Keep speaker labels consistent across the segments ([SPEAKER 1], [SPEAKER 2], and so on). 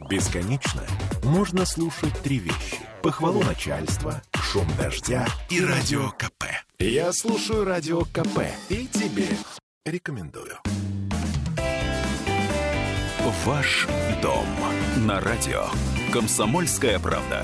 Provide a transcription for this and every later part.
[SPEAKER 1] Бесконечно можно слушать три вещи: похвалу начальства, шум дождя и радио КП. Я слушаю радио КП и тебе рекомендую. Ваш дом на радио «Комсомольская правда».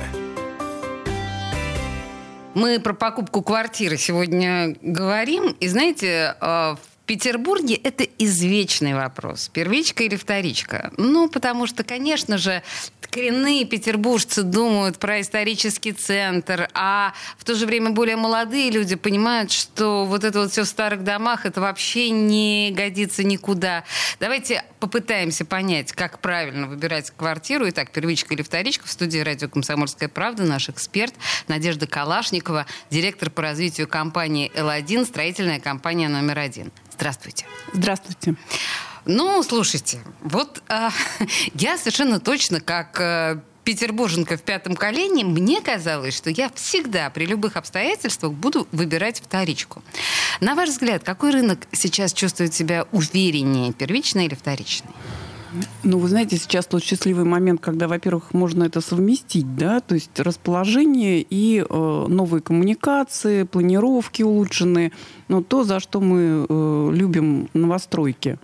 [SPEAKER 2] Мы про покупку квартиры сегодня говорим. И знаете, в Петербурге это извечный вопрос. Первичка или вторичка? Ну, потому что, конечно же, коренные петербуржцы думают про исторический центр, а в то же время более молодые люди понимают, что вот это вот все в старых домах, это вообще не годится никуда. Давайте попытаемся понять, как правильно выбирать квартиру. Итак, первичка или вторичка. В студии радио «Комсомольская правда» наш эксперт Надежда Калашникова, директор по развитию компании «Л1», строительная компания номер 1. Здравствуйте.
[SPEAKER 3] Здравствуйте.
[SPEAKER 2] Ну, слушайте, вот я совершенно точно, как петербурженка в пятом колене, мне казалось, что я всегда при любых обстоятельствах буду выбирать вторичку. На ваш взгляд, какой рынок сейчас чувствует себя увереннее, первичный или вторичный?
[SPEAKER 3] Ну, вы знаете, сейчас тот счастливый момент, когда, во-первых, можно это совместить, да, то есть расположение и новые коммуникации, планировки улучшенные, но то, за что мы любим новостройки.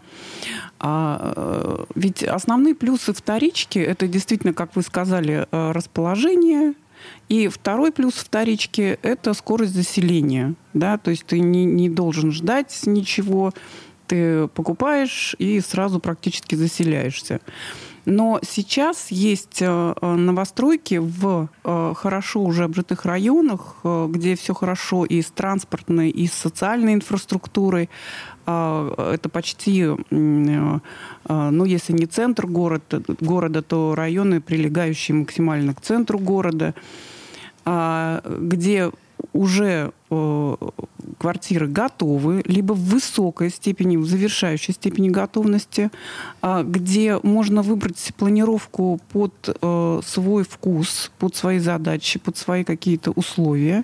[SPEAKER 3] Ведь основные плюсы вторички – это действительно, как вы сказали, расположение. И второй плюс вторички – это скорость заселения, да, то есть ты не должен ждать ничего. Ты покупаешь и сразу практически заселяешься. Но сейчас есть новостройки в хорошо уже обжитых районах, где все хорошо и с транспортной, и с социальной инфраструктурой. Это почти, ну, если не центр города, то районы, прилегающие максимально к центру города, где уже квартиры готовы, либо в высокой степени, в завершающей степени готовности, где можно выбрать планировку под свой вкус, под свои задачи, под свои какие-то условия.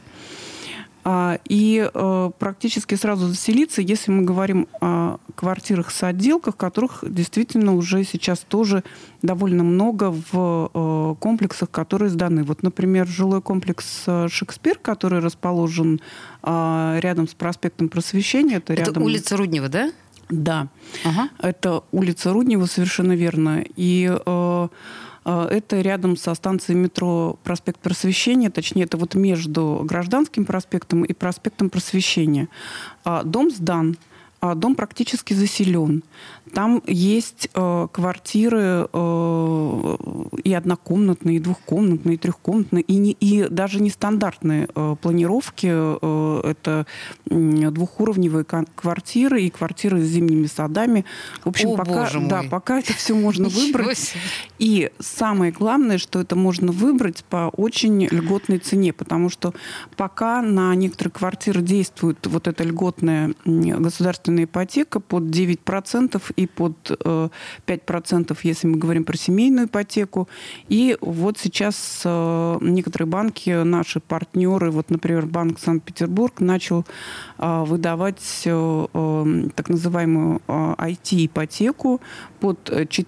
[SPEAKER 3] И практически сразу заселиться, если мы говорим о квартирах с отделках, которых действительно уже сейчас тоже довольно много в комплексах, которые сданы. Вот, например, жилой комплекс «Шекспир», который расположен рядом с проспектом Просвещения.
[SPEAKER 2] Это улица Руднева, да?
[SPEAKER 3] Да. Ага. Это улица Руднева, совершенно верно. И это рядом со станцией метро «Проспект Просвещения», точнее, это вот между Гражданским проспектом и проспектом Просвещения. Дом сдан, дом практически заселен. Там есть квартиры и однокомнатные, и двухкомнатные, и трехкомнатные, и даже нестандартные планировки. Это двухуровневые квартиры и квартиры с зимними садами. В общем, пока это все можно выбрать. И самое главное, что это можно выбрать по очень льготной цене, потому что пока на некоторые квартиры действует вот эта льготная государственная ипотека под 9% и под 5%, если мы говорим про семейную ипотеку. И вот сейчас некоторые банки, наши партнеры, вот, например, Банк Санкт-Петербург начал выдавать так называемую IT-ипотеку под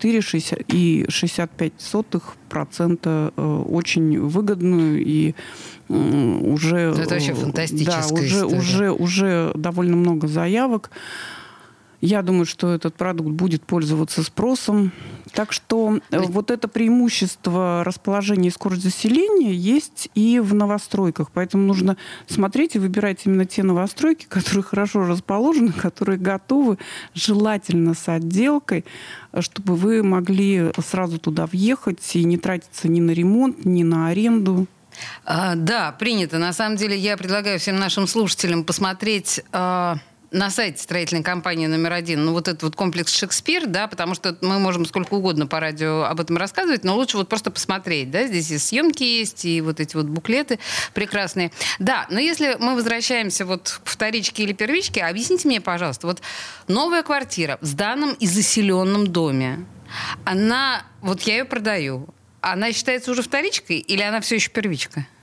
[SPEAKER 3] 4,65%, очень выгодную и уже...
[SPEAKER 2] Это вообще фантастическая история.
[SPEAKER 3] Уже довольно много заявок. Я думаю, что этот продукт будет пользоваться спросом. Так что вот это преимущество расположения и скорость заселения есть и в новостройках. Поэтому нужно смотреть и выбирать именно те новостройки, которые хорошо расположены, которые готовы, желательно с отделкой, чтобы вы могли сразу туда въехать и не тратиться ни на ремонт, ни на аренду.
[SPEAKER 2] Да, принято. На самом деле я предлагаю всем нашим слушателям посмотреть... на сайте строительной компании номер 1, ну, вот этот вот комплекс «Шекспир», да, потому что мы можем сколько угодно по радио об этом рассказывать, но лучше вот просто посмотреть, да, здесь и съемки есть, и вот эти вот буклеты прекрасные. Да, но если мы возвращаемся вот к вторичке или первичке, объясните мне, пожалуйста, вот новая квартира в сданном и заселенном доме, она, вот я ее продаю, она считается уже вторичкой или она все еще первичка?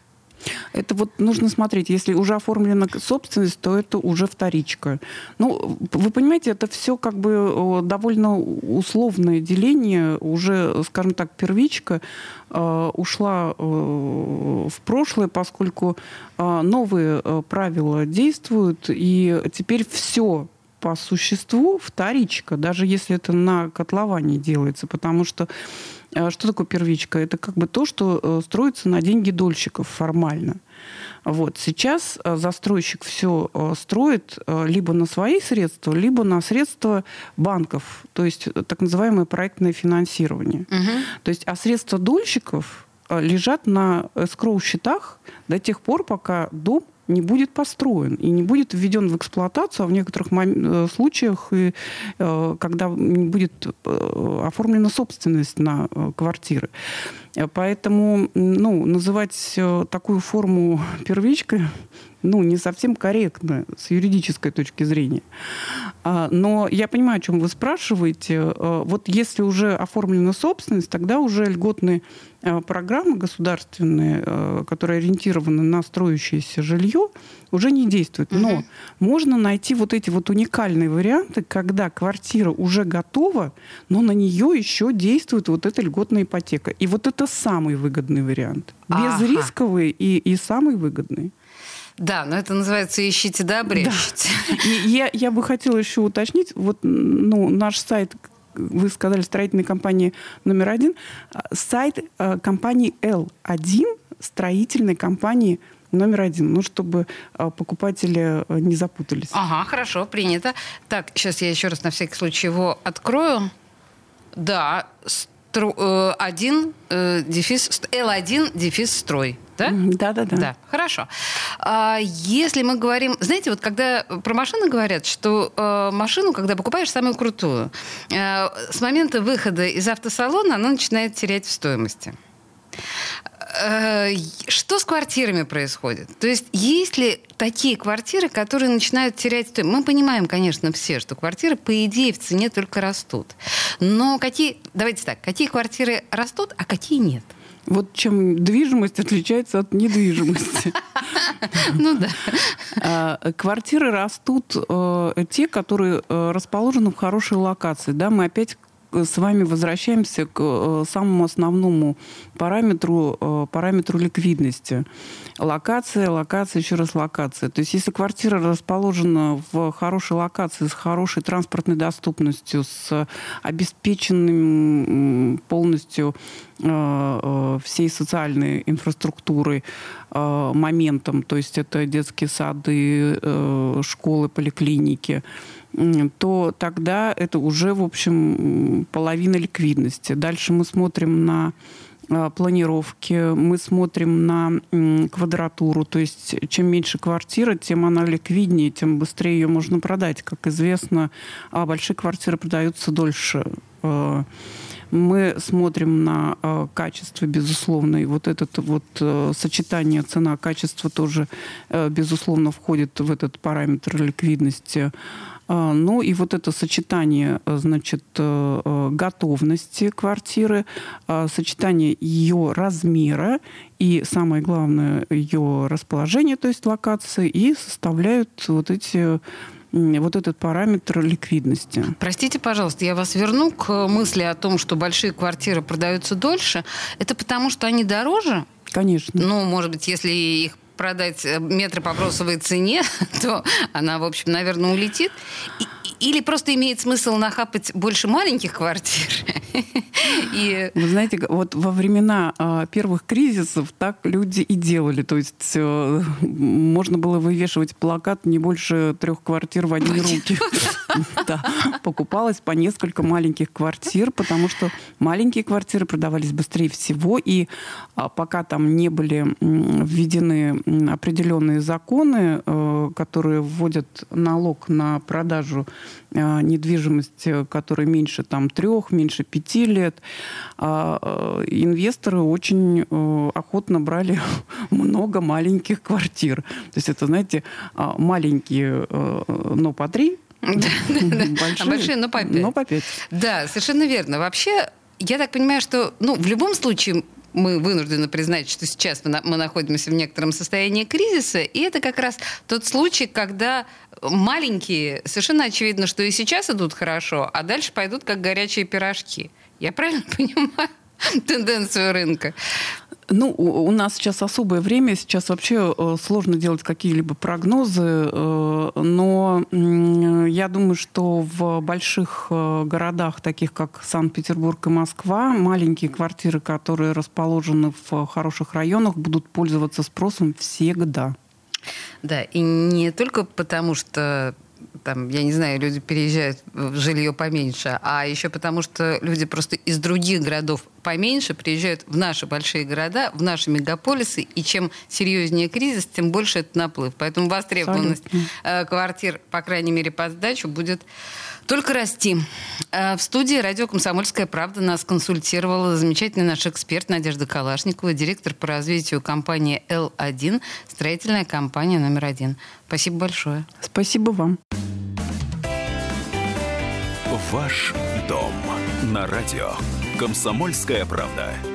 [SPEAKER 3] Это вот нужно смотреть. Если уже оформлена собственность, то это уже вторичка. Ну, вы понимаете, это все как бы довольно условное деление. Уже, скажем так, первичка ушла в прошлое, поскольку новые правила действуют, и теперь все по существу вторичка, даже если это на котловане делается, потому что что такое первичка? Это как бы то, что строится на деньги дольщиков формально. Вот. Сейчас застройщик все строит либо на свои средства, либо на средства банков, то есть так называемое проектное финансирование. То есть, а средства дольщиков лежат на эскроу-счетах до тех пор, пока дом не будет построен и не будет введен в эксплуатацию, а в некоторых случаях, когда не будет оформлена собственность на квартиры. Поэтому называть такую форму первичкой не совсем корректно с юридической точки зрения. Но я понимаю, о чем вы спрашиваете. Вот если уже оформлена собственность, тогда уже льготные программы государственные, которые ориентированы на строящееся жилье, уже не действуют. Но можно найти вот эти вот уникальные варианты, когда квартира уже готова, но на нее еще действует вот эта льготная ипотека. И вот это самый выгодный вариант. Безрисковый и самый выгодный.
[SPEAKER 2] Да, но это называется «ищите да обрещите».
[SPEAKER 3] Да. И я бы хотела еще уточнить, вот наш сайт, вы сказали, строительной компании номер 1, сайт компании L1, строительной компании номер 1, чтобы покупатели не запутались.
[SPEAKER 2] Ага, хорошо, принято. Так, сейчас я еще раз на всякий случай его открою. Да, L1-строй. Да?
[SPEAKER 3] Да.
[SPEAKER 2] Хорошо. Если мы говорим... Знаете, вот когда про машины говорят, что машину, когда покупаешь самую крутую, с момента выхода из автосалона она начинает терять в стоимости. Что с квартирами происходит? То есть есть ли такие квартиры, которые начинают терять стоимость? Мы понимаем, конечно, все, что квартиры, по идее, в цене только растут. Но давайте так, какие квартиры растут, а какие нет?
[SPEAKER 3] Вот чем движимость отличается от недвижимости.
[SPEAKER 2] Ну да.
[SPEAKER 3] Квартиры растут те, которые расположены в хорошей локации. Да, мы опять с вами возвращаемся к самому основному параметру ликвидности. Локация, еще раз локация. То есть если квартира расположена в хорошей локации, с хорошей транспортной доступностью, с обеспеченным полностью всей социальной инфраструктурой моментом, то есть это детские сады, школы, поликлиники, то тогда это уже, в общем, половина ликвидности. Дальше мы смотрим на планировки, мы смотрим на квадратуру. То есть чем меньше квартира, тем она ликвиднее, тем быстрее ее можно продать. Как известно, большие квартиры продаются дольше. Мы смотрим на качество, безусловно, и вот это вот сочетание цена-качество тоже, безусловно, входит в этот параметр ликвидности. Ну и вот это сочетание, значит, готовности квартиры, сочетание ее размера и, самое главное, ее расположение, то есть локации, и составляют вот этот параметр ликвидности.
[SPEAKER 2] Простите, пожалуйста, я вас верну к мысли о том, что большие квартиры продаются дольше. Это потому, что они дороже?
[SPEAKER 3] Конечно.
[SPEAKER 2] Ну, может быть, если их продать метры по бросовой цене, то она, в общем, наверное, улетит. Или просто имеет смысл нахапать больше маленьких квартир?
[SPEAKER 3] Вы знаете, вот во времена первых кризисов так люди и делали. То есть можно было вывешивать плакат не больше 3 квартир в одни руки. Покупалось по несколько маленьких квартир, потому что маленькие квартиры продавались быстрее всего. И пока там не были введены определенные законы, которые вводят налог на продажу недвижимости, которая меньше 3, меньше 5 лет, инвесторы очень охотно брали много маленьких квартир. То есть это, знаете, маленькие, но по 3,
[SPEAKER 2] большие, но по 5.
[SPEAKER 3] Да,
[SPEAKER 2] совершенно верно. Вообще, я так понимаю, что в любом случае мы вынуждены признать, что сейчас мы находимся в некотором состоянии кризиса, и это как раз тот случай, когда маленькие, совершенно очевидно, что и сейчас идут хорошо, а дальше пойдут как горячие пирожки. Я правильно понимаю тенденцию рынка?
[SPEAKER 3] Ну, у нас сейчас особое время, сейчас вообще сложно делать какие-либо прогнозы, но я думаю, что в больших городах, таких как Санкт-Петербург и Москва, маленькие квартиры, которые расположены в хороших районах, будут пользоваться спросом всегда.
[SPEAKER 2] Да, и не только потому, что там, я не знаю, люди переезжают в жилье поменьше, а еще потому, что люди просто из других городов поменьше приезжают в наши большие города, в наши мегаполисы, и чем серьезнее кризис, тем больше это наплыв. Поэтому востребованность квартир, по крайней мере, по сдачу, будет только расти. В студии радио «Комсомольская правда» нас консультировала замечательный наш эксперт Надежда Калашникова, директор по развитию компании L1, строительная компания номер 1. Спасибо большое.
[SPEAKER 3] Спасибо вам.
[SPEAKER 1] Ваш дом на радио «Комсомольская правда».